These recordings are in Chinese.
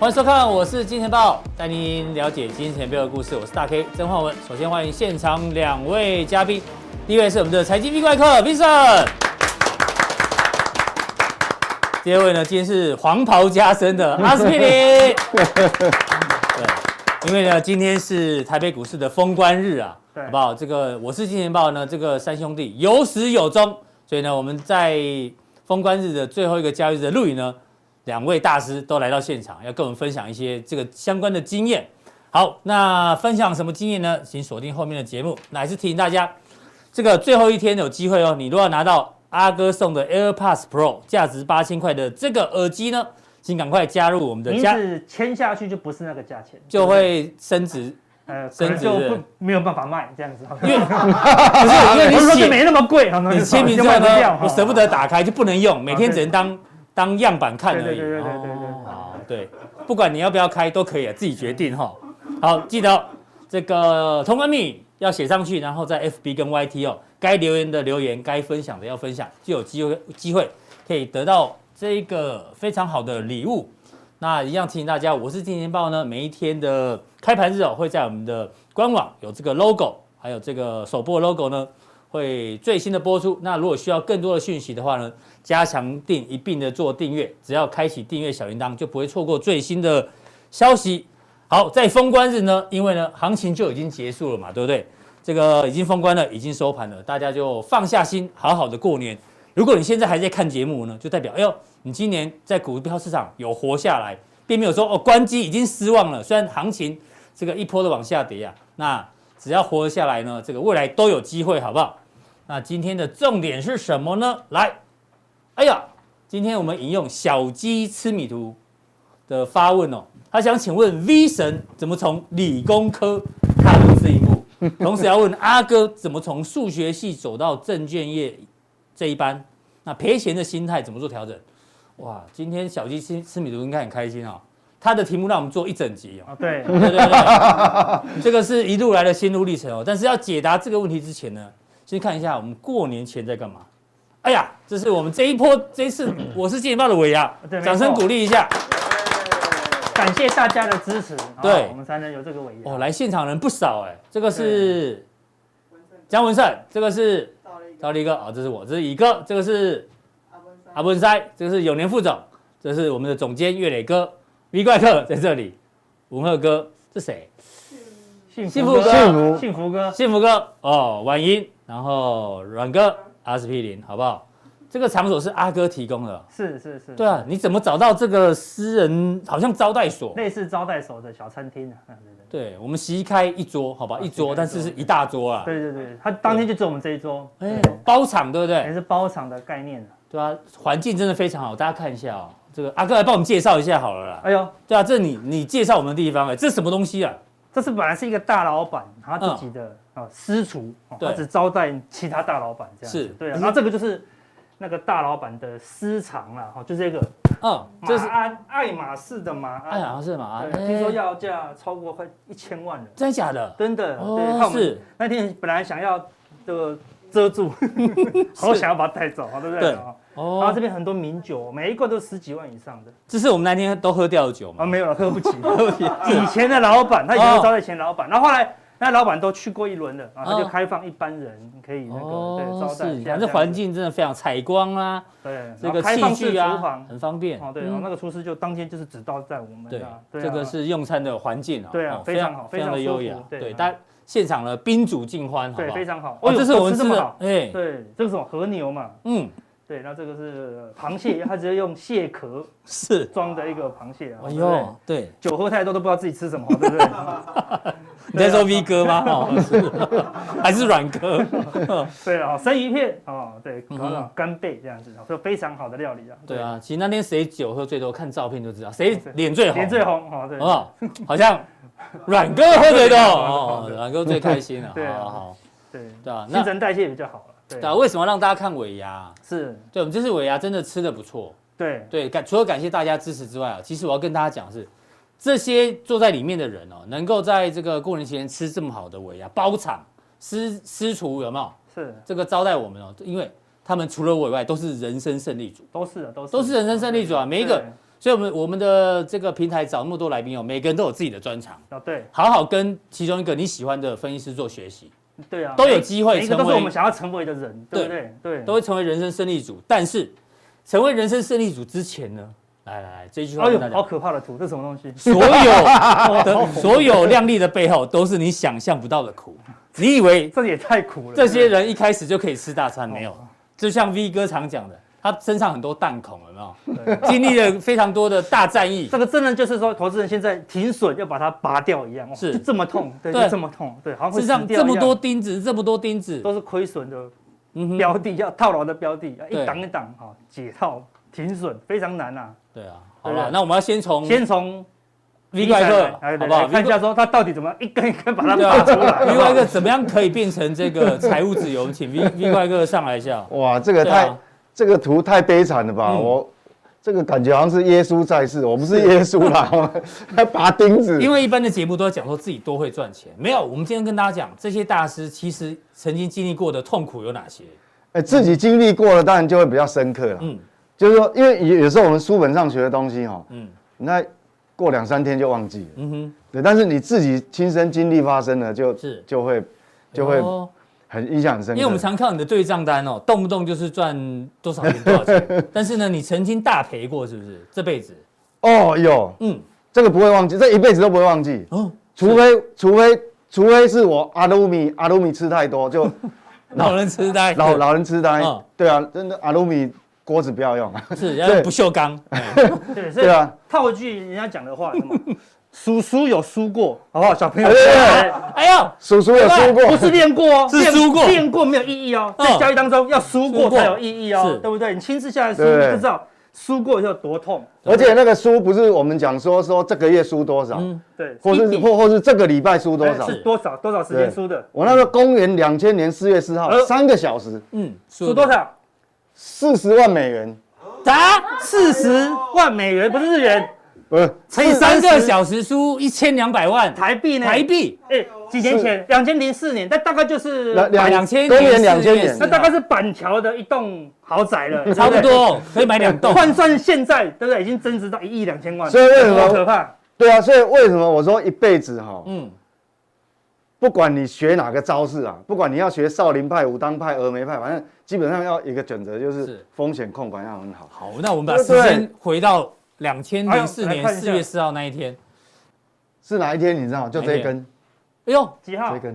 欢迎收看，我是金钱豹，带您了解金钱背后的故事。我是大 K 曾焕文。首先欢迎现场2位嘉宾，第一位是我们的财经 V 怪客 Vincent， 第二位呢，今天是黄袍加身的阿司匹林。对，因为呢，今天是台北股市的封关日啊，好不好？这个我是金钱豹呢，这个三兄弟有始有终，所以呢，我们在封关日的最后一个交易日的录影呢。2位大师都来到现场，要跟我们分享一些这个相关的经验。好，那分享什么经验呢？请锁定后面的节目。那还是提醒大家，这个最后一天有机会哦。你如果要拿到阿哥送的 AirPods Pro 价值8000块的这个耳机呢，请赶快加入我们的名字签下去就不是那个价钱， 就会升值。 升值就没有办法卖这样子， 因为不是因为你写没那么贵， 你签名之后呢，我舍不得打开就不能用，每天只能当样板看而已。对，不管你要不要开都可以，自己决定哈。好，记得这个通关密要写上去，然后在 FB 跟 YT 哦，该留言的留言，该分享的要分享，就有机会可以得到这个非常好的礼物。那一样提醒大家，我是金钱豹呢，每一天的开盘日哦，会在我们的官网有这个 logo， 还有这个首播 logo 呢，会最新的播出。那如果需要更多的讯息的话呢，加强订一并的做订阅，只要开启订阅小铃铛，就不会错过最新的消息。好，在封关日呢，因为呢行情就已经结束了嘛，对不对？这个已经封关了，已经收盘了，大家就放下心，好好的过年。如果你现在还在看节目呢，就代表你今年在股票市场有活下来，并没有说关机已经失望了。虽然行情这个一波的往下跌啊，那只要活下来呢，这个未来都有机会，好不好？那今天的重点是什么呢？来，今天我们引用小鸡吃米图的发问哦，他想请问 V 神怎么从理工科踏入这一步，同时要问阿哥怎么从数学系走到证券业这一班，那赔钱的心态怎么做调整？哇，今天小鸡吃米图应该很开心哦。他的题目让我们做一整集哦。 对， 这个是一路来的心路历程哦。但是要解答这个问题之前呢，先看一下我们过年前在干嘛。这是我们这一次我是金钱豹的尾牙，掌声鼓励一下。 感谢大家的支持， 对， 我们才能有这个尾牙。 来现场人不少这个是江文胜，这个是赵立哥这是我，这是乙哥，这个是阿文塞，这个是永年副总，这是我们的总监岳磊哥 ，V 怪客在这里，文赫哥，这谁？ 幸福哥婉莹，然后阮哥。阿司匹林，好不好？这个场所是阿哥提供的， 是。 对啊，你怎么找到这个私人好像招待所， 类似招待所的小餐厅对，我们席开一桌，好吧，一桌，但是是一大桌啊。 对，他当天就只有我们这一桌， 包场，对不对？ 也是包场的概念。 对啊，环境真的非常好，大家看一下哦。这个阿哥来帮我们介绍一下好了啦。对啊，这你介绍我们的地方，这是什么东西啊？ 这是本来是一个大老板他自己的私厨，他只招待其他大老板这样子。是，对啊。然后这个就是那个大老板的私藏啦，就这个。这是爱马仕的马鞍。爱马仕马鞍，听说要价超过快1000万了。 真的假的？ 真的。对，是那天本来想要这个遮住，好想要把它带走，对不对？对。然后这边很多名酒，每一罐都10几万以上的。 这是我们那天都喝掉的酒吗？ 没有了，喝不起。以前的老板，他以前招待前老板，然后后来那老板都去过一轮了，他就开放一般人可以招待。 反正环境真的非常采光啦， 对， 这个器具啊很方便。 对，然后那个厨师就当天就是只招待我们。 对，这个是用餐的环境啊。 对啊，非常好， 非常的优雅。对，大家现场的宾主尽欢， 对，非常好。 这是我们吃的， 对，这个是什么和牛嘛？对，那这个是螃蟹，它直接用蟹壳装的一个螃蟹啊。 对， 酒喝太多都不知道自己吃什么，对不对？ 你在说 V 哥吗？还是阮哥？ 对啊，生鱼片对，干贝这样子，所以非常好的料理啊。 对啊，其实那天谁酒喝最多，看照片就知道谁脸最红。 脸最红，对， 好像阮哥喝最多阮哥最开心了。 对啊， 对啊，新陈代谢比较好了。 对啊，为什么让大家看尾牙？ 对， 我们这次尾牙真的吃的不错。对，除了感谢大家支持之外其实我要跟大家讲是，这些坐在里面的人能够在这个过年期间吃这么好的尾牙，包场私厨有没有？这个招待我们因为他们除了我以外都是人生胜利组， 都是人生胜利组啊， 每一个所以我们的这个平台找那么多来宾哦，每个人都有自己的专长对， 好好跟其中一个你喜欢的分析师做学习。 对啊， 都有机会成为， 每一个都是我们想要成为的人，对不对？对， 都会成为人生胜利组。但是成为人生胜利组之前呢，来这句话跟大家， 好可怕的图，这是什么东西？ 所有亮丽的背后，都是你想象不到的苦。你以为这也太苦了？ 这些人一开始就可以吃大餐，没有？就像 V 哥常讲的，他身上很多弹孔，有没有？经历了非常多的大战役。 这个真的就是说，投资人现在停损要把它拔掉一样，是这么痛，对，就这么痛，对，好像会死掉一样。 这么多钉子， 都是亏损的标的，要套牢的标的，一档一档哈解套停损非常难啊。 对啊，好了，那我们要先从 V 怪客，好不好？ 看一下说他到底怎么一根一根把它拔出来。 V 怪客怎么样可以变成这个财务自由？我们请 V 怪客上来一下。 哇，这个图太悲惨了吧！我这个感觉好像是耶稣在世，我不是耶稣啦，还拔钉子。 因为一般的节目都在讲说自己多会赚钱，没有。我们今天跟大家讲，这些大师其实曾经经历过的痛苦有哪些？ 自己经历过了，当然就会比较深刻了。就是说，因为有时候我们书本上学的东西哈，那过2、3天就忘记了。对，但是你自己亲身经历发生了，就会很印象很深刻。 因为我们常看你的对账单哦，动不动就是赚多少钱多少钱，但是呢，你曾经大赔过，是不是？这辈子？ 哦，有，这个不会忘记，这一辈子都不会忘记。除非是我阿鲁米吃太多，就老人痴呆， 老人痴呆。对啊，真的阿鲁米锅子不要用， 是要用不锈钢。 对啊，套一句人家讲的话，什么？叔叔有输过，好不好？小朋友， 哎呦， 叔叔有输过， 不是练过哦， 是输过， 练过没有意义哦。在交易当中要输过才有意义哦，对不对？你亲自下来输，你就知道输过有多痛。 而且那个输不是我们讲说这个月输多少， 对， 或是这个礼拜输多少， 是多少时间输的。 我那个公元2000年4月4号3个小时， 输多少 ？40万美元。 40万美元不是日元。 乘以3个小时输1200万台币呢？ 台币， 几年前，2004年，那大概就是 2000 公元2000年， 那大概是板桥的一栋豪宅了， 差不多可以买2栋。 换算现在，对不对？已经增值到1亿2000万， 所以为什么可怕？ 对啊，所以为什么我说一辈子哈，不管你学哪个招式啊，不管你要学少林派、武当派、峨眉派，反正基本上要一个准则，就是风险控管要很好。 好，那我们把时间回到2004年4月4号那一天， 是哪一天？你知道吗？就这一根。 哎呦， 几号？ 这根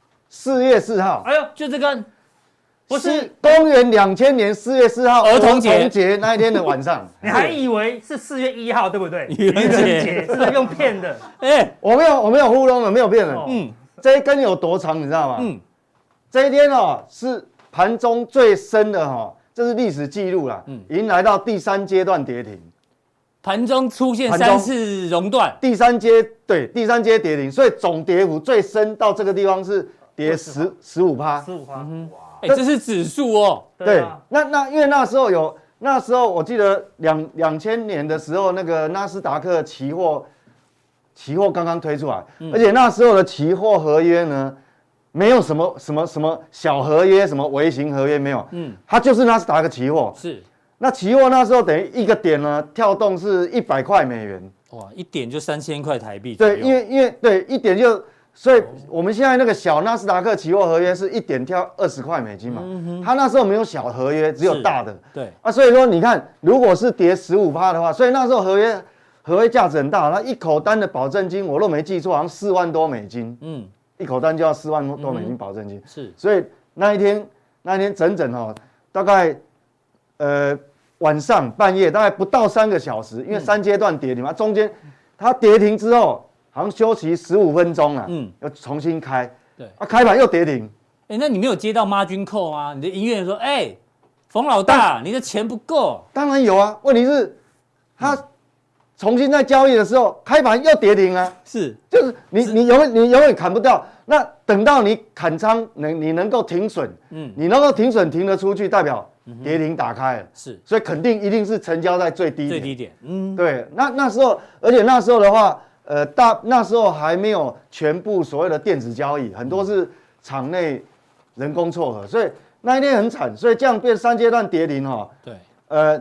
4月4号。 哎呦， 就这根， 不是公元2000年4月4号儿童节那一天的晚上。 你还以为是4月1号，对不对？愚人节是用骗的。 我没有糊弄了，没有骗人。这一根有多长，你知道吗？这一天是盘中最深的这是历史记录了，已经来到第3阶段跌停。 盘中出现3次熔断， 第三阶跌停，所以总跌幅最深到这个地方是跌15%。 这是指数哦。 对，那因为那时候我记得2000年的时候，那个纳斯达克期货刚刚推出来，而且那时候的期货合约呢，没有什么小合约，什么微型合约没有，它就是纳斯达克期货。 是。 那期货那时候等于一个点呢，跳动是100块美元， 哇，一点就3000块台币。 对，因为对一点就，所以我们现在那个小纳斯达克期货合约是一点跳20块美金嘛，它那时候没有小合约，只有大的。 对啊，所以说你看，如果是跌15%的话，所以那时候合约价值很大，那一口单的保证金，我若没记错，好像4万多美金，一口单就要4万多美金保证金。 是， 所以那一天整整大概。晚上半夜大概不到3个小时，因为3阶段跌停嘛，中间它跌停之后，好像休息15分钟了，要重新开，对，开盘又跌停。 那你没有接到margin call吗？你的营业员说，冯老大，你的钱不够。 当然有啊，问题是他重新在交易的时候，开盘又跌停啊， 是， 就是你永远砍不掉。那等到你砍仓，你能够停损，你能够停损停得出去，代表。跌停打开了， 是， 所以肯定一定是成交在最低点， 对，那时候，而且那时候的话，那时候还没有全部所谓的电子交易，很多是场内人工撮合，所以那一天很惨，所以这样变3阶段跌停对，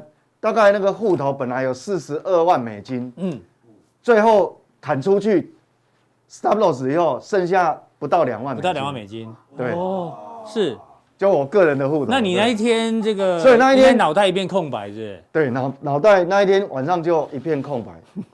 大概那个户头本来有42万美金，最后砍出去 stop loss 以后，剩下不到2万美金， 不到2万美金， 对， 是。 就我个人的户头。 那你那一天这个， 所以那一天脑袋一片空白，是不是？ 对，脑袋那一天晚上就一片空白，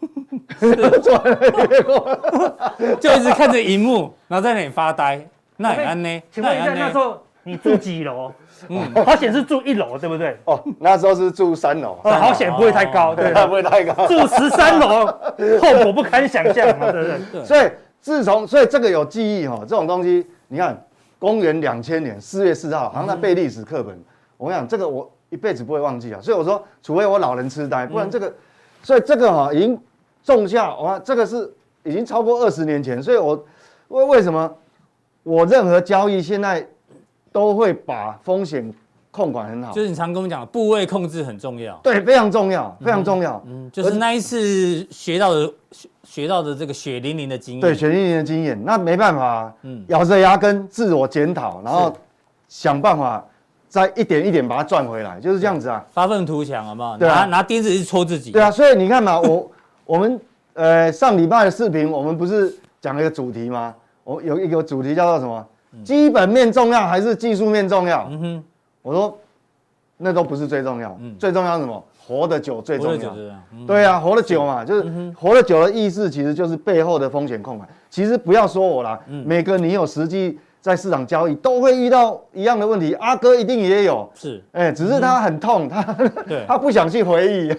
就一直看着荧幕，然后在那里发呆。那也安呢？ 请问一下，那时候你住几楼？好险是住1楼，对不对？ 哦，那时候是住3楼。 好险不会太高，对， 不会太高。 住13楼，后果不堪想象嘛，对不对？ 所以这个有记忆哈，这种东西，你看。公元2000年4月4号，好像在背历史课本。我跟你讲，这个我一辈子不会忘记啊。所以我说，除非我老人痴呆，不然这个，所以这个哈已经种下，哇，这个是已经超过20年前。所以为什么我任何交易现在都会把风险控管很好？ 就是你常跟我们讲，部位控制很重要。 对，非常重要，非常重要。 就是那一次学到的这个血淋淋的经验， 对，血淋淋的经验，那没办法，咬着牙根自我检讨，然后想办法再一点一点把它赚回来，就是这样子啊。 发愤图强，好不好？ 对啊， 拿钉子去戳自己。 对啊，所以你看嘛，我们上礼拜的视频，我们不是讲了一个主题吗？我有一个主题叫做什么？基本面重要还是技术面重要？我说那都不是最重要，最重要是什么？活得久最重要。对啊，活得久嘛，就是活得久的意思，其实就是背后的风险控管。其实不要说我啦，每个你有实际在市场都会遇到一样的问题。阿哥一定也有， 是， 只是他很痛，他不想去回忆。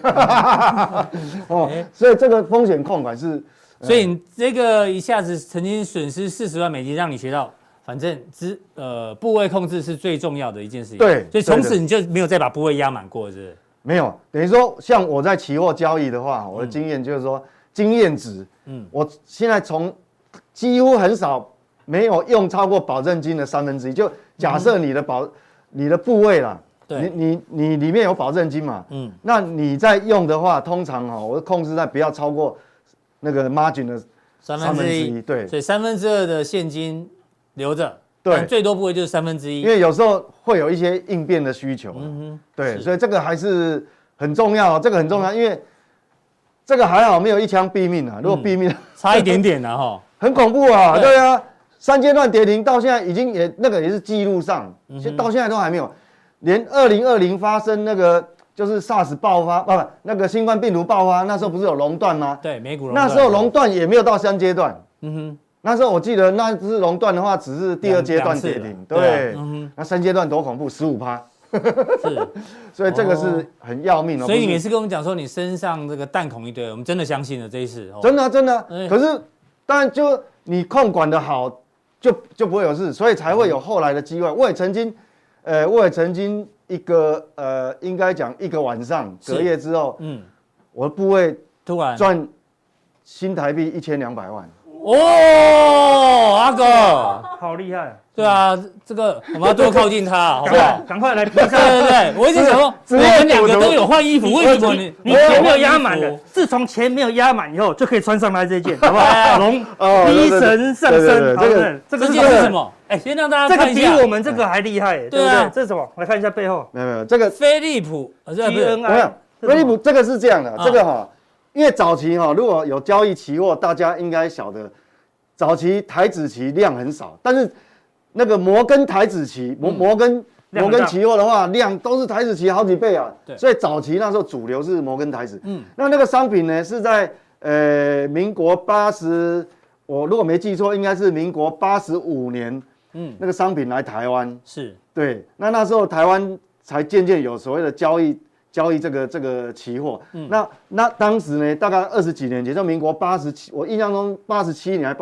所以这个风险控管是， 所以你这个一下子曾经损失40万美金，让你学到。反正部位控制是最重要的一件事情。 对， 所以从此你就没有再把部位压满过，是不是？ 没有，等于说像我在期货交易的话，我的经验就是说经验值，我现在从几乎很少没有用超过保证金的1/3。就假设你的部位啦，你里面有保证金嘛，那你在用的话，通常我控制在不要超过那个 margin 的1/3，对， 所以2/3的现金。留着， 对， 最多部位就是1/3， 因为有时候会有一些应变的需求，对，所以这个还是很重要，这个很重要，因为这个还好没有一枪毙命啊，如果毙命， 差一点点了哈， 很恐怖啊，对啊，3阶段跌停到现在已经也是记录上，到现在都还没有，连2020发生那个就是 SARS 爆发，不，那个新冠病毒爆发，那时候不是有熔断吗？ 对，美股熔断， 那时候熔断也没有到3阶段，那时候我记得那只熔断的话，只是第2阶段跌停，对，那3阶段多恐怖，15%，是，所以这个是很要命哦。 所以你每次跟我们讲说你身上这个弹孔一堆，我们真的相信了这一次， 真的，可是当然就你控管的好，就不会有事，所以才会有后来的机会。我也曾经一个应该讲一个晚上隔夜之后，我的部位突然赚新台币1200万。 哦，阿哥， 好厉害！ 对啊，这个我们要多靠近他，好不好？ 赶快来比赛！ 对，我一直想说，我们2个都有换衣服，为什么你钱没有压满的？自从钱没有压满以后，就可以穿上来这件，好不好？龙逼神上身， 这个是什么？先让大家看一下， 这个比我们这个还厉害，对不对？这是什么？来看一下背后， 没有，这个飞利浦 GNI， 飞利浦这个是这样的，这个因为早期如果有交易期货，大家应该晓得，早期台指期量很少，但是那个摩根台指期，摩根期货的话，量都是台指期好几倍啊。所以早期那时候主流是摩根台指。那个商品呢是在民国80，我如果没记错，应该是民国85年，那个商品来台湾。是。对，那时候台湾才渐渐有所谓的交易这个期货，那当时呢，大概20几年前，就民国87，我印象中87年还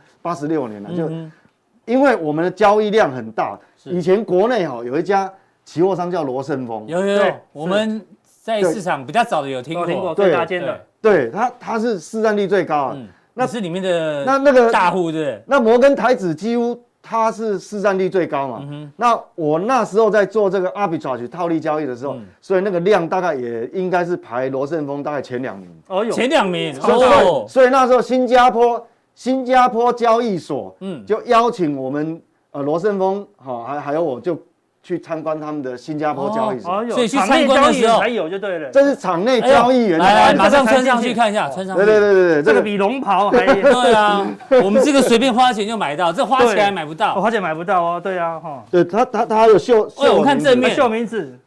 86年了，就因为我们的交易量很大，以前国内有一家期货商叫罗盛丰， 有，我们在市场比较早的有听过， 最大间的， 对，它是市占率最高啊， 那是里面的那个大户对不对？ 那摩根台指几乎。它是市占率最高嘛？那我那时候在做这个 arbitrage 套利交易的时候，所以那个量大概也应该是排罗盛丰大概前2名。 哦，前2名。 所以那时候新加坡交易所就邀请我们罗盛丰还有我就去参观他们的新加坡交易所， 所以去参观的时候才有就对了。 这是场内交易员， 来马上穿上去看一下，穿上去。 对， 这个比龙袍还对啊，我们这个随便花钱就买到，这花钱还买不到， 花钱买不到哦，对啊，哈。 对他还有秀， 我看正面秀名字，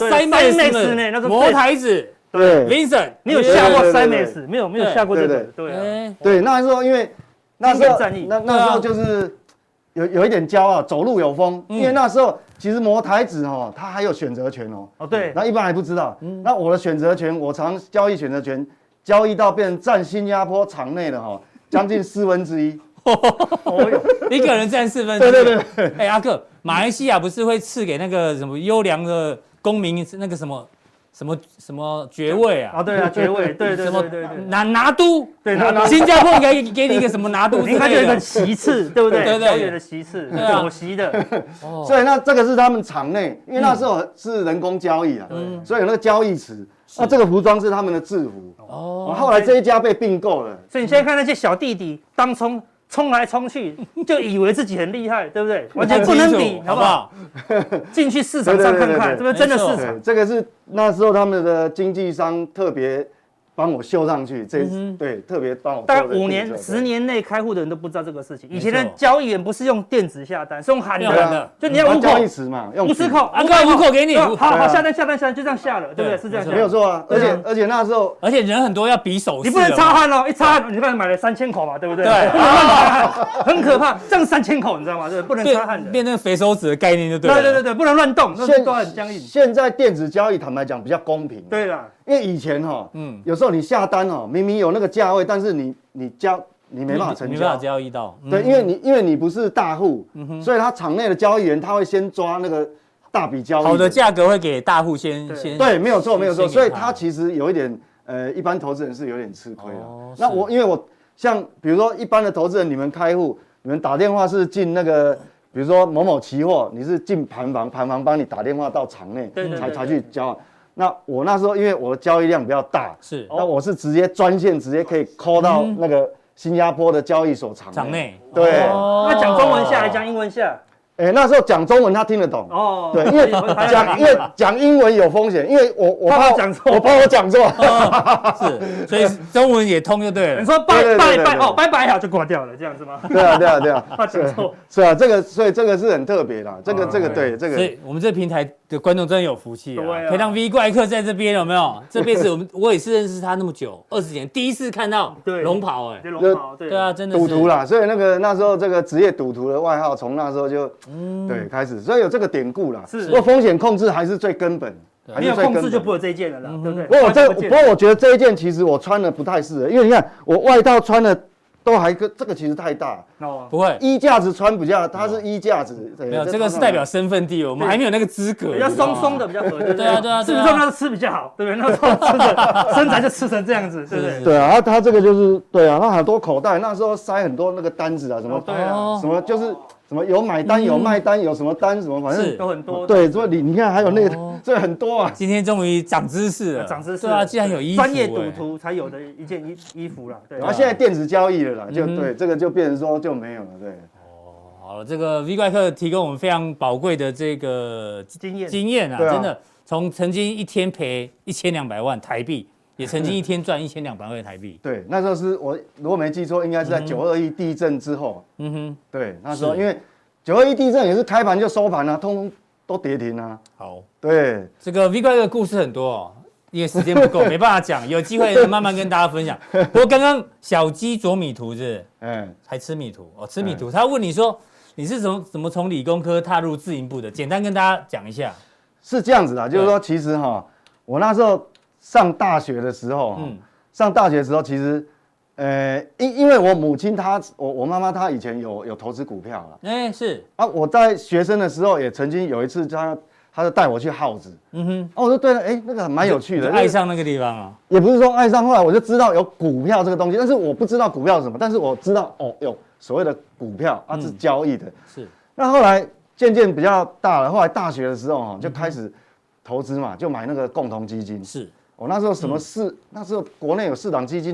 Cymex 呢，那个魔台子， 对 ，Vincent， 你有下过 Cymex？没有下过这个， 对，那时候因为那时候就是有一点骄傲，走路有风，因为那时候其实摩台子哦，它还有选择权哦。 哦，对， 那一般还不知道。那我的选择权，我常交易选择权，交易到变成占新加坡场内的哈，将近1/4。 一个人占1/4。对。哎，阿克，马来西亚不是会赐给那个什么优良的公民那个什么爵位啊？ 哦，对啊，爵位，对， 拿督， 对， 新加坡应该给你一个什么拿督之类的， 应该有一个席次，对不对？ 对， 交易的席次，首席的。 所以那这个是他们场内，因为那时候是人工交易啊，所以有那个交易池。那这个服装是他们的制服。哦。后来这一家被并购了。 所以你现在看那些小弟弟当冲来冲去，就以为自己很厉害，对不对？完全不能比，好不好？进去市场上看看，是不是真的市场？ 这个是那时候他们的经纪商特别帮我绣上去，对，特别帮我。 大概5年、10年内开户的人都不知道这个事情。以前的交易员不是用电子下单，是用喊的，就你要5口交易池嘛，用 50口， 安哥5口给你， 好下单，就这样下了，对不对？是这样， 没有错啊。而且那时候， 而且人很多要比手势， 你不能擦汗哦，一擦汗，你看买了3000口嘛，对不对？对，很可怕，这样3000口你知道吗？对，不能擦汗的， 变成肥手指的概念就对了。 对，不能乱动，那都很僵硬。 现在电子交易坦白讲比较公平。 对啦。 因为以前有时候你下单明明有那个价位，但是你没办法成交， 没办法交易到。 对，因为你不是大户，所以他场内的交易员他会先抓那个大笔交易， 好的价格会给大户先。 对，没有错，所以他其实有一点一般投资人是有点吃亏的。那因为我像比如说一般的投资人，你们开户，你们打电话是进那个，比如说某某期货，你是进盘房帮你打电话到场内才去交。那我那时候因为我的交易量比较大，那我是直接专线直接可以 call 到那个新加坡的交易所场内。对， 那讲中文下还讲英文下？ 那时候讲中文他听得懂哦，对，因为讲英文有风险，因为我怕讲错，我讲错， 是，所以中文也通就对了。 你说拜好就挂掉了，这样子吗？ 对啊，怕讲错，是啊，所以这个是很特别的，这个对这个， 所以我们这平台的观众真的有福气啊，可以让 V 怪客在这边有没有？这辈子我也是认识他那么久，20年，第一次看到龙袍， 龙袍， 对啊，真的赌徒啦，所以那时候这个职业赌徒的外号从那时候就。对，开始，所以有这个典故啦。是，不过风险控制还是最根本， 没有控制就不会有这一件了啦，对不对？ 不过我觉得这一件其实我穿的不太适合，因为你看我外套穿的都还这个其实太大， 不会衣架子穿比较，它是衣架子， 没有这个是代表身份地位，我们还没有那个资格， 比较松的比较合适。 对啊， 事实上那吃比较好，对不对？那时候吃的身材就吃成这样子，对不对？ 对啊，它这个就是对啊，它很多口袋，那时候塞很多那个单子啊，什么什么就是。什么有买单有卖单有什么单什么反正都很多。 对，所以你看还有那个这很多啊。 今天终于长知识了，对啊，竟然有衣服， 专业赌徒才有的一件衣服啦。对， 然后现在电子交易了啦，就对这个就变成说就没有了，对。 好了，这个 V 怪客提供我们非常宝贵的这个经验啊，真的从曾经一天赔1200万台币。也曾经一天赚1200万台币。 对，那时候是我如果没记错，应该是在921地震之后。对，那时候因为921地震也是开盘就收盘啊，通通都跌停啊。 好， 对， 这个 V 怪的故事很多哦，因为时间不够，没办法讲，有机会慢慢跟大家分享。不过刚刚小鸡啄米图是，还吃米图哦，吃米图。他问你说你是怎么从理工科踏入自营部的？简单跟大家讲一下。是这样子的，就是说其实我那时候。上大学的时候，其实，因为我母亲我妈妈她以前有投资股票了， 是啊，我在学生的时候也曾经有一次她就带我去耗子，我说对了，那个蛮有趣的， 爱上那个地方啊， 也不是说爱上，后来我就知道有股票这个东西，但是我不知道股票是什么，但是我知道有所谓的股票是交易的，是，那后来渐渐比较大了，后来大学的时候就开始投资嘛，就买那个共同基金，是。我那时候那时候国内有4档基金啊，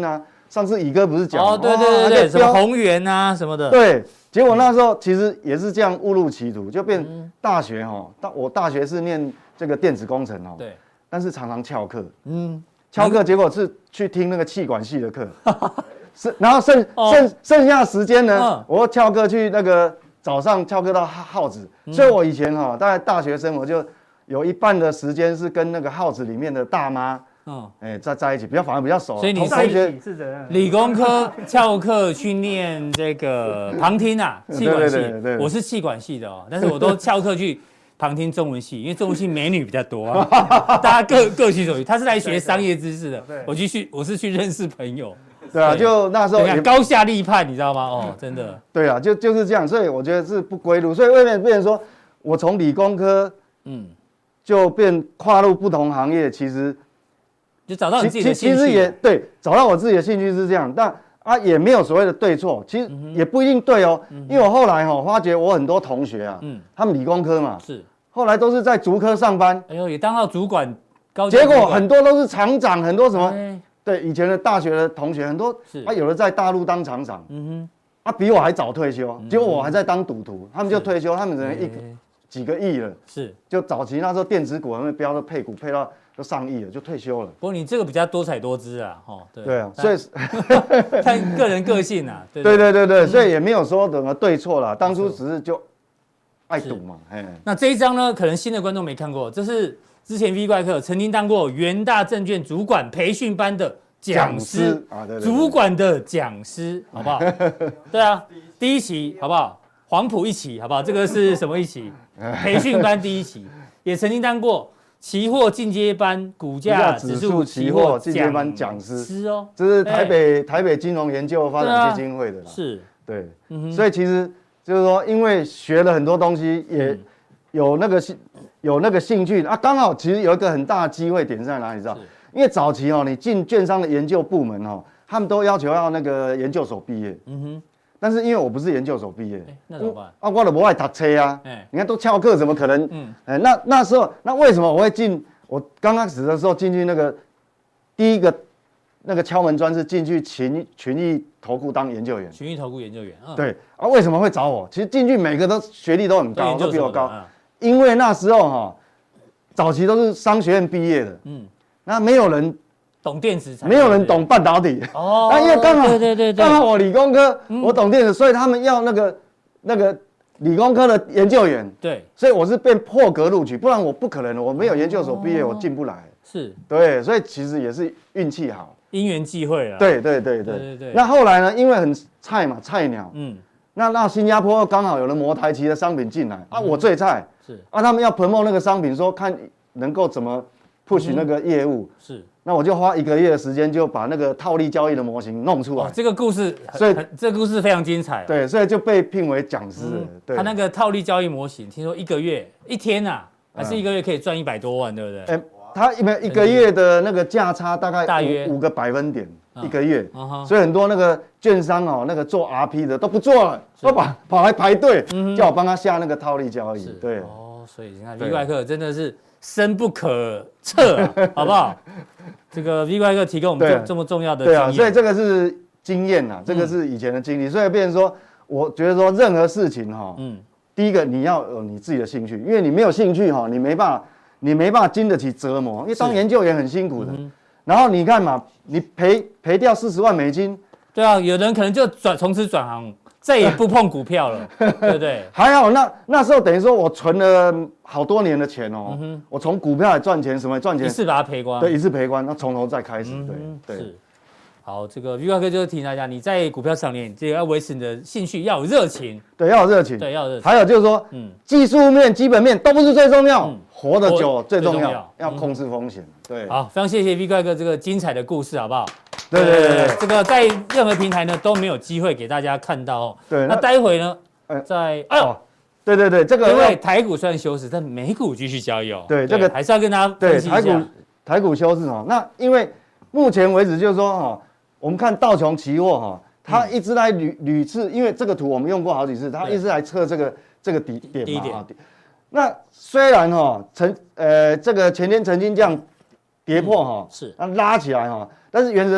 上次乙哥不是讲哦，对，什么宏源啊什么的， 对，结果那时候其实也是这样误入歧途，就变大学我大学是念这个电子工程对， 但是常常翘课，翘课结果是去听那个企管系的课，然后剩下的时间呢，我翘课去那个早上翘课到号子，所以我以前大概大学生我就有一半的时间是跟那个号子里面的大妈。在一起反而比较熟， 所以你同学理工科翘课去念这个旁听啊，企管系，我是企管系的但是我都翘课去旁听中文系，因为中文系美女比较多啊，大家各取所需。他是来学商业知识的，我是去认识朋友。 对啊，就那时候高下立判，你知道吗？真的。 对啊，就是这样，所以我觉得是不归路，所以外面变成说我从理工科，就跨入不同行业，其实。 就找到你自己的兴趣， 其实也对，找到我自己的兴趣是这样，但也没有所谓的对错，其实也不一定对因为我后来发觉我很多同学他们理工科嘛，是，后来都是在竹科上班， 哎呦，也当到主管， 结果很多都是厂长，很多什么，对，以前的大学的同学很多，有的在大陆当厂长，比我还早退休，结果我还在当赌徒，他们就退休，他们人几个亿了，是，就早期那时候电子股他们标的配股配到。都上亿了，就退休了。 不过你这个比较多彩多姿啊， 对啊，所以看个人个性啊， 对，所以也没有说什么对错啦，当初只是就爱赌嘛。 那这一张呢，可能新的观众没看过，这是之前 V 怪客曾经当过元大证券主管培训班的讲师啊，主管的讲师，好不好？对啊，第一期好不好？黄埔一期好不好？这个是什么一期？培训班第一期，也曾经当过。期货进阶班、股价指数期货进阶班讲师哦， 这是台北金融研究发展基金会的啦。是，对，所以其实就是说，因为学了很多东西，也有那个兴趣啊，刚好其实有一个很大的机会点在哪里？知道？因为早期你进券商的研究部门他们都要求要那个研究所毕业。但是因为我不是研究所毕业， 那怎么办？ 我都不爱读册啊！你看都翘课，怎么可能？那时候，那为什么我会进？我刚开始的时候进去那个第一个那个敲门砖是进去群益投顾当研究员。 群益投顾研究员， 对啊，为什么会找我？其实进去每个都学历都很高，都比我高。因为那时候早期都是商学院毕业的，那没有人。 懂电子， 没有人懂半导体哦。那因为刚好刚好我理工科，我懂电子，所以他们要那个理工科的研究员。对，所以我是被破格录取，不然我不可能，我没有研究所毕业，我进不来。是，对，所以其实也是运气好， 因缘际会啊。 对。那后来呢？因为很菜嘛，菜鸟。那新加坡刚好有了摩台旗的商品进来啊，我最菜。是啊，他们要 promote 那个商品，说看能够怎么 push 那个业务。是。那我就花1个月的时间，就把那个套利交易的模型弄出来。 这个故事，这个故事非常精彩。 对，所以就被聘为讲师。对， 他那个套利交易模型，听说1个月1天还是1个月可以赚100多万，对不对？ 他1个月的那个价差大约5个百分点1个月，所以很多那个券商那个做 RP 的都不做了，都跑来排队，叫我帮他下那个套利交易。对， 所以你看 V 怪客真的是深不可测，好不好？这个 V 怪客提供我们这么重要的经验， 所以这个是经验呐，这个是以前的经历，所以变成说，我觉得说任何事情第一个你要有你自己的兴趣，因为你没有兴趣你没办法经得起折磨，因为当研究员很辛苦的。然后你看嘛，你赔掉40万美金， 对啊，有人可能就从此转行。再也不碰股票了，对不对？ 还好，那时候等于说我存了好多年的钱我从股票来赚钱，什么赚钱， 一次把它赔光， 对，一次赔光，那从头再开始，对。是， 好，这个 V 怪客就是提醒大家，你在股票上面，这个要维持你的兴趣，要有热情， 对，要有热情， 对，要有热情。 还有就是说，技术面、基本面都不是最重要，活得久最重要，要控制风险，对。 好，非常谢谢 V 怪客这个精彩的故事，好不好？对，这个在任何平台呢都没有机会给大家看到对，那待会呢， 对，这个因为台股虽然休市，但美股继续交易对，这个还是要跟大家分析一下。 台股休市那因为目前为止就是说我们看道琼期货它一直来屡次，因为这个图我们用过好几次，它一直来测这个低点嘛。那虽然这个前天曾经这样跌破是那拉起来但是原则上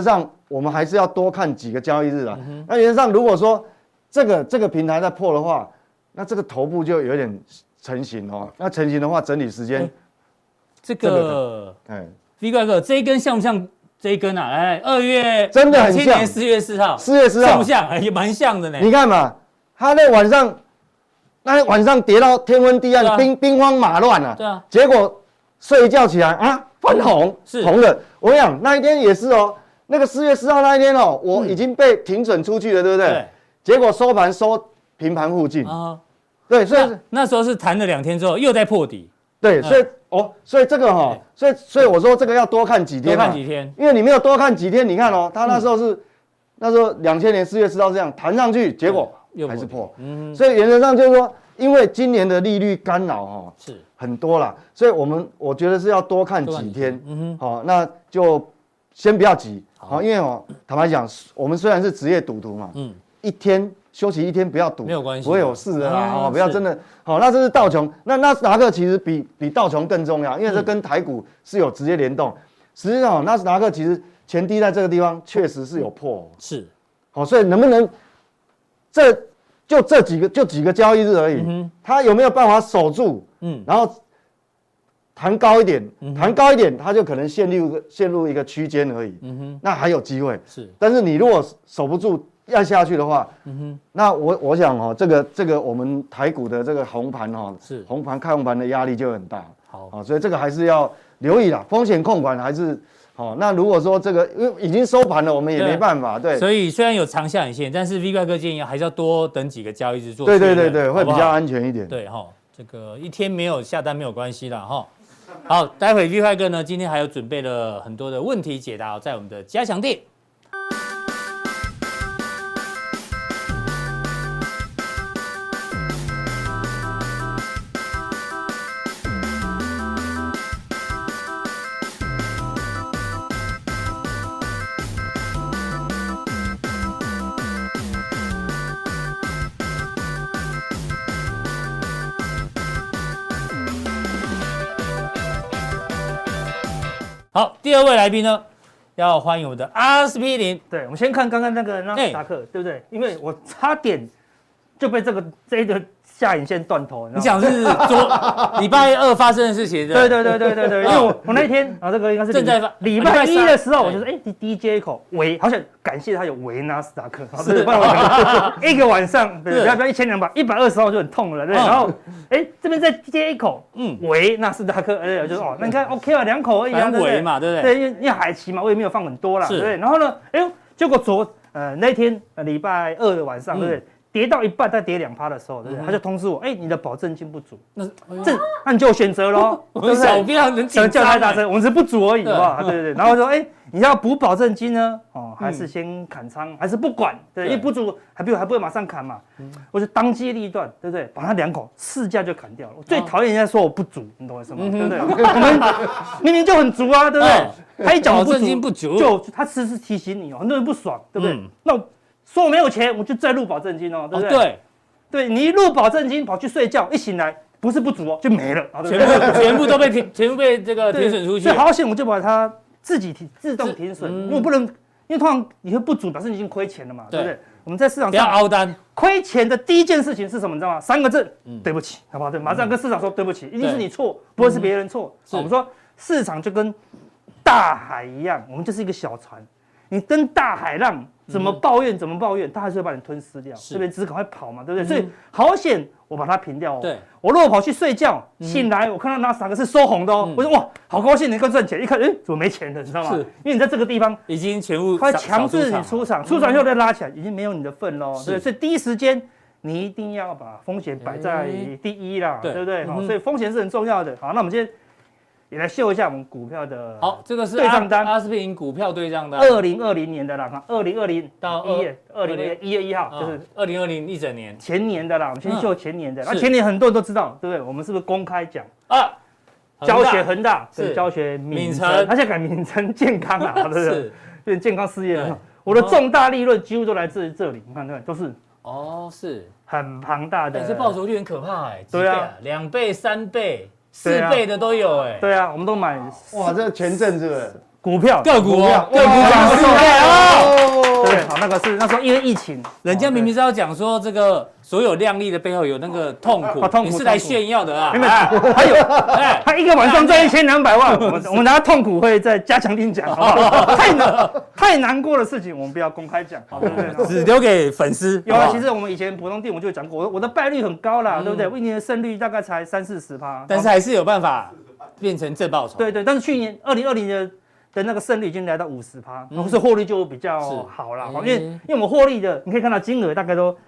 我们还是要多看几个交易日啦。那原则上，如果说这个平台在破的话，那这个头部就有点成型哦。那成型的话，整理时间， 这个V 怪哥这一根像不像这一根啊？来，2月真的很像， 年4月4号，4 月4号像不像？也蛮像的呢。 你看嘛，它那晚上跌到天昏地暗，兵荒马乱啊。 对啊。 结果睡一觉起来啊，翻红，是红的。我跟你讲，那一天也是哦，那个4月4号那一天哦，我已经被停损出去了，对不对？对。结果收盘收平盘附近啊。对，所以那时候是弹了2天之后又在破底。 对，所以这个哈，所以我说这个要多看几天， 多看几天， 因为你没有多看几天，你看哦，它那时候2000年4月4号这样弹上去，结果还是破，所以原则上就是说，因为今年的利率干扰哈是很多啦，所以我觉得是要多看几天，好，那就先不要急，好，因为坦白讲，我们虽然是职业赌徒嘛，一天休息1天不要赌， 没有关系， 不会有事的啦，不要真的好。那这是道琼，那纳斯达克其实比道琼更重要，因为这跟台股是有直接联动。实际上，纳斯达克其实前低在这个地方确实是有破， 是好，所以能不能这几个交易日而已，它有没有办法守住？然后弹高一点，它就可能陷入一个区间而已。那还有机会是，但是你如果守不住。要下去的话，那我想这个我们台股的这个红盘是红盘看红盘的压力就很大。好，所以这个还是要留意啦，风险控管还是好。那如果说这个因为已经收盘了，我们也没办法。对， 所以虽然有长下影线，但是 V 怪哥建议还是要多等几个交易日做。 对，会比较安全一点。 对这个1天没有下单没有关系啦好，待会 V 怪哥呢今天还有准备了很多的问题解答在我们的加强店。好，第2位来宾呢，要欢迎我们的RSP0。 对，我们先看刚刚那个纳斯达克，对不对？因为我差点就被这一个下影线断头。 你讲是礼拜2发生的事情， 对，因为我那天这个应该是礼拜1的时候，我就说DJ 口围，好想感谢他有围纳斯达克，是，不然我一个晚上，对，不要1200，120号就很痛了，对，然后这边在 DJ 口，围纳斯达克，就说那你看 OK 啊，2口而已， 围嘛，对不对？对，因为海奇嘛，我也没有放很多啦，对不对？然后呢，结果那天礼拜2的晚上，对不对？跌到一半，再跌2%的时候，对不对？他就通知我，你的保证金不足，那你就有选择咯。 我们小编很紧张， 叫太大声，我们是不足而已，好不好？对。然后说，你要补保证金呢？还是先砍仓，还是不管？对，因为不足还不会马上砍嘛。我就当机立断，对不对？把它2口市价就砍掉了。我最讨厌人家说我不足，你懂我意思吗？对不对？我们明明就很足啊，对不对？他一讲保证金不足， 就他只是提醒你很多人不爽，对不对？那说我没有钱，我就再入保证金对不对？对，你一入保证金跑去睡觉，一醒来不是不足就没了， 全部都被这个停损出去。 所以好险，我就把它自己自动停损，因为我不能，因为通常你会不足，表示你已经亏钱了嘛，对不对？我们在市场上不要凹单， 亏钱的第一件事情是什么？你知道吗？3个字，对不起，好不好？对，马上跟市场说对不起，一定是你错，不会是别人错。我们说市场就跟大海一样，我们就是一个小船，你跟大海浪。怎么抱怨，他还是会把你吞噬掉，对不对？只是赶快跑嘛，对不对？所以好险，我把它平掉。对，我如果跑去睡觉，醒来我看到纳斯达克是收红的我说哇，好高兴，能够赚钱。一看，怎么没钱了？你知道吗？因为你在这个地方已经全部它强制你出场，出场以后再拉起来，已经没有你的份喽。对，所以第一时间你一定要把风险摆在第一啦，对不对？所以风险是很重要的。好，那我们今天也来秀一下我们股票的这个是对账单 ，RSP0股票对账单 ，2020年的啦，2020到1月1号，就是 2020一整年前年的啦，我们先秀前年的。那前年很多人都知道，对不对？我们是不是公开讲教学恒大是教学敏成，他现在改名成健康啊，对不对？变健康事业了。我的重大利润几乎都来自于这里，你看对，都是是很庞大的， 这报酬率很可怕对啊 ，2倍、3倍。4倍的都有对啊，我们都买哇，这前阵子股票个股讲是哦， 对，好，那个是那时候因为疫情， 人家明明是要讲说这个所有亮丽的背后有那个痛苦，你是来炫耀的啊。 还有，他一个晚上赚1200万，我们拿痛苦会再加强定讲，好不好？太难过的事情我们不要公开讲，对不对？ 只留给粉丝。 有啊，其实我们以前普通店我就讲过，我的败率很高啦，对不对？我一年的胜率大概才30-40%， 但是还是有办法变成正报酬。 对，但是去年2020的那个胜率已经来到50%，然后是获利就比较好啦，因为我们获利的，你可以看到金额大概都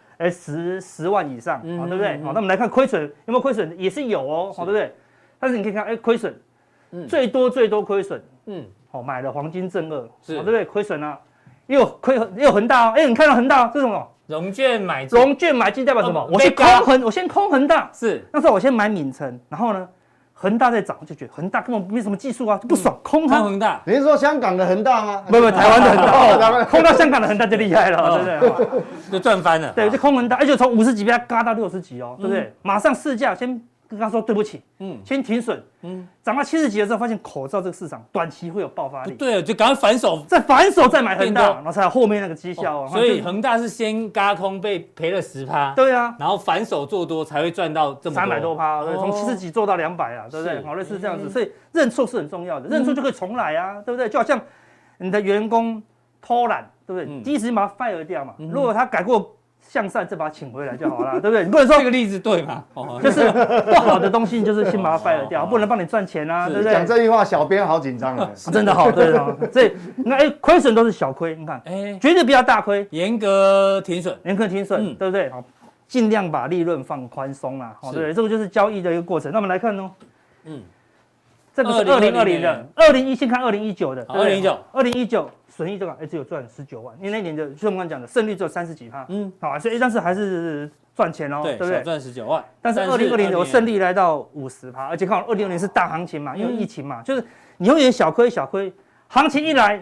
10万以上，对不对？好，那我们来看亏损有没有亏损，也是有哦，对不对？但是你可以看，亏损，最多亏损，买了黄金正二，对不对？亏损啊，也有恒大哦，你看到恒大这是什么？ 融券买进代表什么？我先空恒大， 是那时候我先买敏成，然后呢？恒大在涨，就觉得恒大根本没什么技术啊，就不爽，空它。 恒大， 你是说香港的恒大吗？ 不，台湾的恒大，空到香港的恒大就厉害了，对不对？ 就赚翻了。 对，就空恒大，而且从50几被它嘎到60几哦，对不对？马上市价先跟他说对不起，先停损，涨到70几的时候，发现口罩这个市场短期会有爆发力， 对，就赶快反手， 再买恒大，然后才有后面那个绩效。 所以恒大是先嘎空被赔了10%， 对啊， 然后反手做多才会赚到这么 300多%，对，从70几做到200啊，对不对？好，类似这样子，所以认错是很重要的，认错就可以重来啊，对不对？就好像你的员工偷懒，对不对？第一时间把他 fire 掉嘛，如果他改过向善，再把他请回来就好了，对不对？你不能说这个例子对吗？ 就是不好的东西，你就是先把它 fire 掉，不能帮你赚钱啊，对不对？ 讲这句话，小编好紧张啊， 真的好，对啊，所以那亏损都是小亏，你看，绝对不要大亏， 严格停损， 对不对？好，尽量把利润放宽松啦，对不对？这个就是交易的一个过程。那我们来看哦，这个是2020的，2021先看2019的，2019损益这个只有赚19万，因为那年的就是我们刚讲的胜率只有30几%，好，所以但是还是赚钱哦，对不对？ 赚19万， 但是2020的胜率来到50%，而且看2020是大行情嘛，因为疫情嘛，就是你永远小亏，行情一来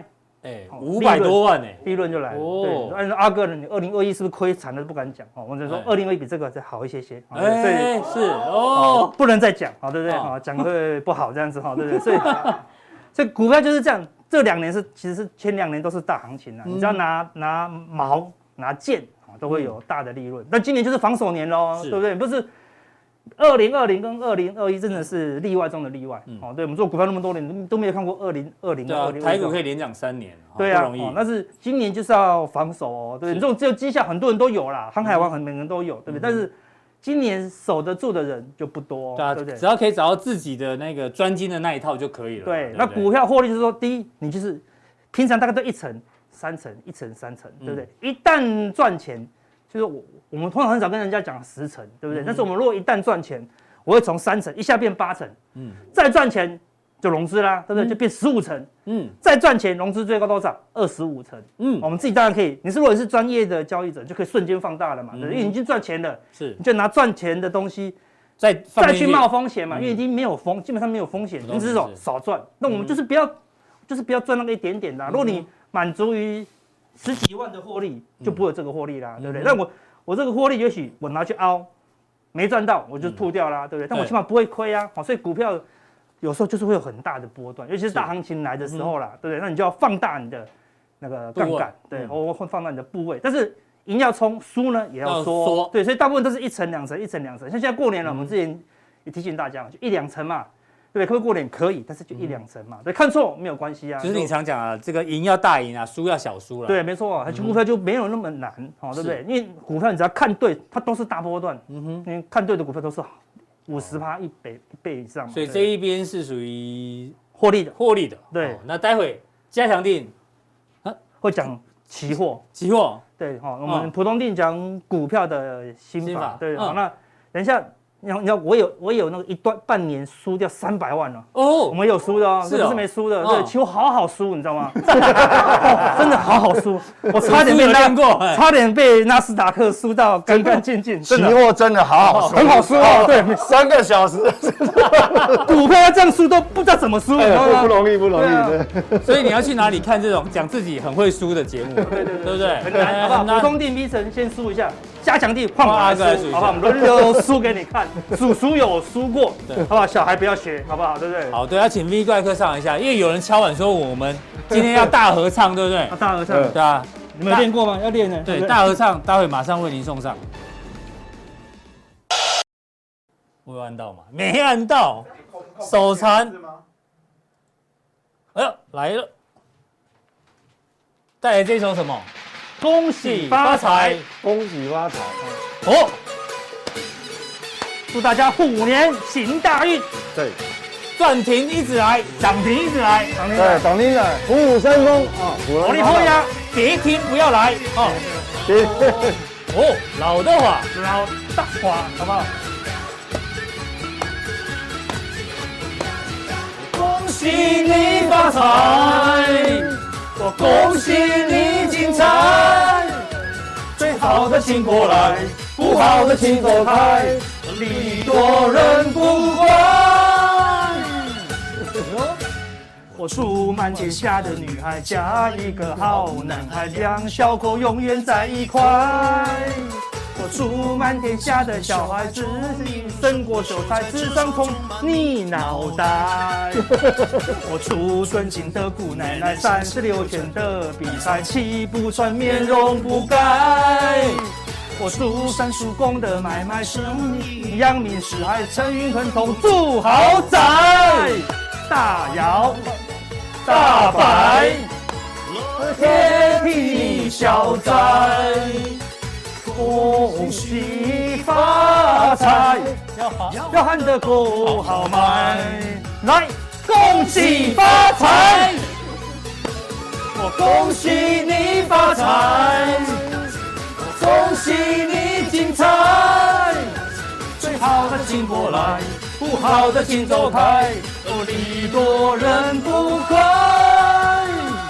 ，500多万利润就来了。对，按照阿哥的，你2021是不是亏惨了不敢讲哦？我只能说2021比这个再好一些，所以是哦， 不能再讲，好对不对？好，讲会不好这样子，好对不对？所以股票就是这样，这2年其实是前2年都是大行情啊，你只要拿毛拿剑都会有大的利润。那今年就是防守年喽，对不对？不是2020跟2021真的是例外中的例外。对，我们做股票那么多年都没有看过2020。 台股可以连涨3年， 对啊，但是今年就是要防守哦，对，这种只有绩效很多人都有啦，航海王每个人都有，对不对？但是今年守得住的人就不多，对不对？ 只要可以找到自己的那个专精的那一套就可以了。 对，那股票获利就是说，第一，你就是平常大概都1层、3层、1层、3层，对不对？一旦赚钱，就是我们通常很少跟人家讲10层，对不对？但是我们如果一旦赚钱，我会从3层一下变8层，再赚钱就融资啦，对不对？就变15层，再赚钱融资最高多少？25层，我们自己当然可以。如果你是专业的交易者，就可以瞬间放大了嘛，对不对？因为你已经赚钱了，你就拿赚钱的东西再去冒风险嘛，因为已经没有基本上没有风险，你只是少赚。那我们就是不要赚那个一点点的。如果你满足于10几万的获利，就不会有这个获利啦，对不对？那我这个获利也许我拿去凹，没赚到我就吐掉啦，对不对？但我起码不会亏啊，所以股票有时候就是会有很大的波段，尤其是大行情来的时候啦，对不对？那你就要放大你的那个杠杆，对，或放大你的部位。但是赢要冲，输呢也要缩，对，所以大部分都是1层、2层、1层、2层。像现在过年了，我们之前也提醒大家嘛，就1-2层嘛，对不对？可不可以过年可以，但是就1-2层嘛，对，看错没有关系啊。 就是你常讲啊，这个赢要大赢啊，输要小输了。 对，没错，股票就没有那么难，对不对？因为股票你只要看对，它都是大波段，因为看对的股票都是50%、1倍以上， 所以这一边是属于获利的， 对。那待会加强定会讲期货，对，我们普通定讲股票的心法，对，好，那等一下。你知道我有那个半年输掉300万了哦，我们有输的哦，这不是没输的，对，期货好输，你知道吗？真的好输，我差点被纳斯达克输到干干净净。 期货真的好输， 很好输哦，对 ，3个小时， 股票要这样输都不知道怎么输， 不容易，对。 所以你要去哪里看这种讲自己很会输的节目？ 对不对？很难，好不好？普通定 V 层先输一下。 加强地换我来输，好不好？我们轮流输给你看，叔叔有输过，好不好？小孩不要学，好不好？对不对？ 好，对，要请 V 怪客上一下，因为有人敲碗说我们今天要大合唱，对不对？ 大合唱， 对啊， 你们有练过吗？要练呢。 对，大合唱，待会马上为您送上。我有按到吗？没按到，手残。哎呦，来了，带来这首什么？ 恭喜发财， 恭喜发财！ 哦， 祝大家虎年行大运。 对， 赚停一直来，涨停一直来， 对，涨停来，虎虎生风啊！ 火力破呀， 跌停不要来哦。哦，老的话， 老大话，好不好？ 恭喜你发财，我恭喜你精彩。最好的请过来，不好的请走开，礼多人不怪。 我祝满天下的女孩嫁一个好男孩，两小口永远在一块。我祝满天下的小孩子胜过韭菜，智商冲你脑袋。我祝尊敬的姑奶奶36圈的比赛气不喘，面容不改。我祝三叔公的买卖是阳明四海，陈云亨同住豪宅，大摇大摆，天地消灾。恭喜发财，要喊得够豪迈，来，恭喜发财，我恭喜你发财，我恭喜你精彩，最好的请过来，不好的请走开，礼多人不怪。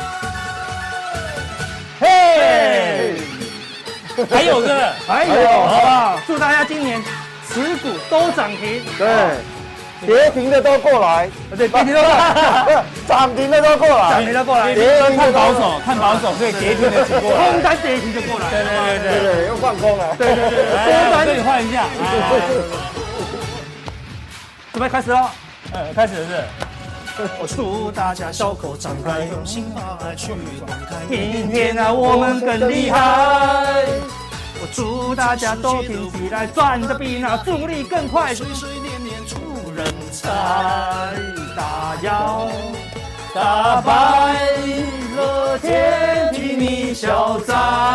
嘿。还有个， 还有，好不好？祝大家今年持股都涨停， 对，跌停的都过来， 对，跌停都过来， 涨停的都过来， 涨停的过来， 看保守，看保守，所以跌停的请过来， 空单跌停就过来， 对，又放空了， 对， 空单跟你换一下， 准备开始了， 开始是。 我祝大家小口张开，用心来去观看，明天啊我们更厉害。我祝大家都挺起来，赚得比那助力更快，岁岁年年出人才，大摇大摆，乐天替你消灾，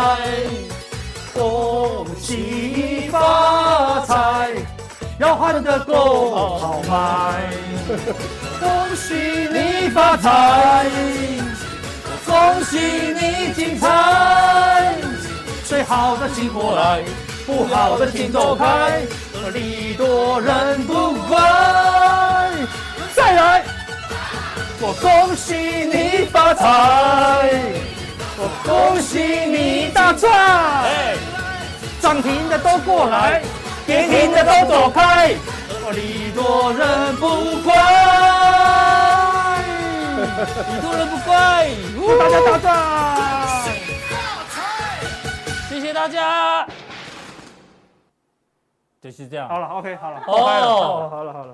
恭喜发财，要喊得够豪迈。恭喜你发财，恭喜你精彩，最好的请过来，不好的请走开，礼多人不怪。再来，我恭喜你发财，我恭喜你大赚，涨停的都过来，跌停的都走开。礼多人不怪，礼多人不怪，祝大家大赚！ 谢谢大家，就是这样。 好了 ，OK， 好了， 哦， 好了。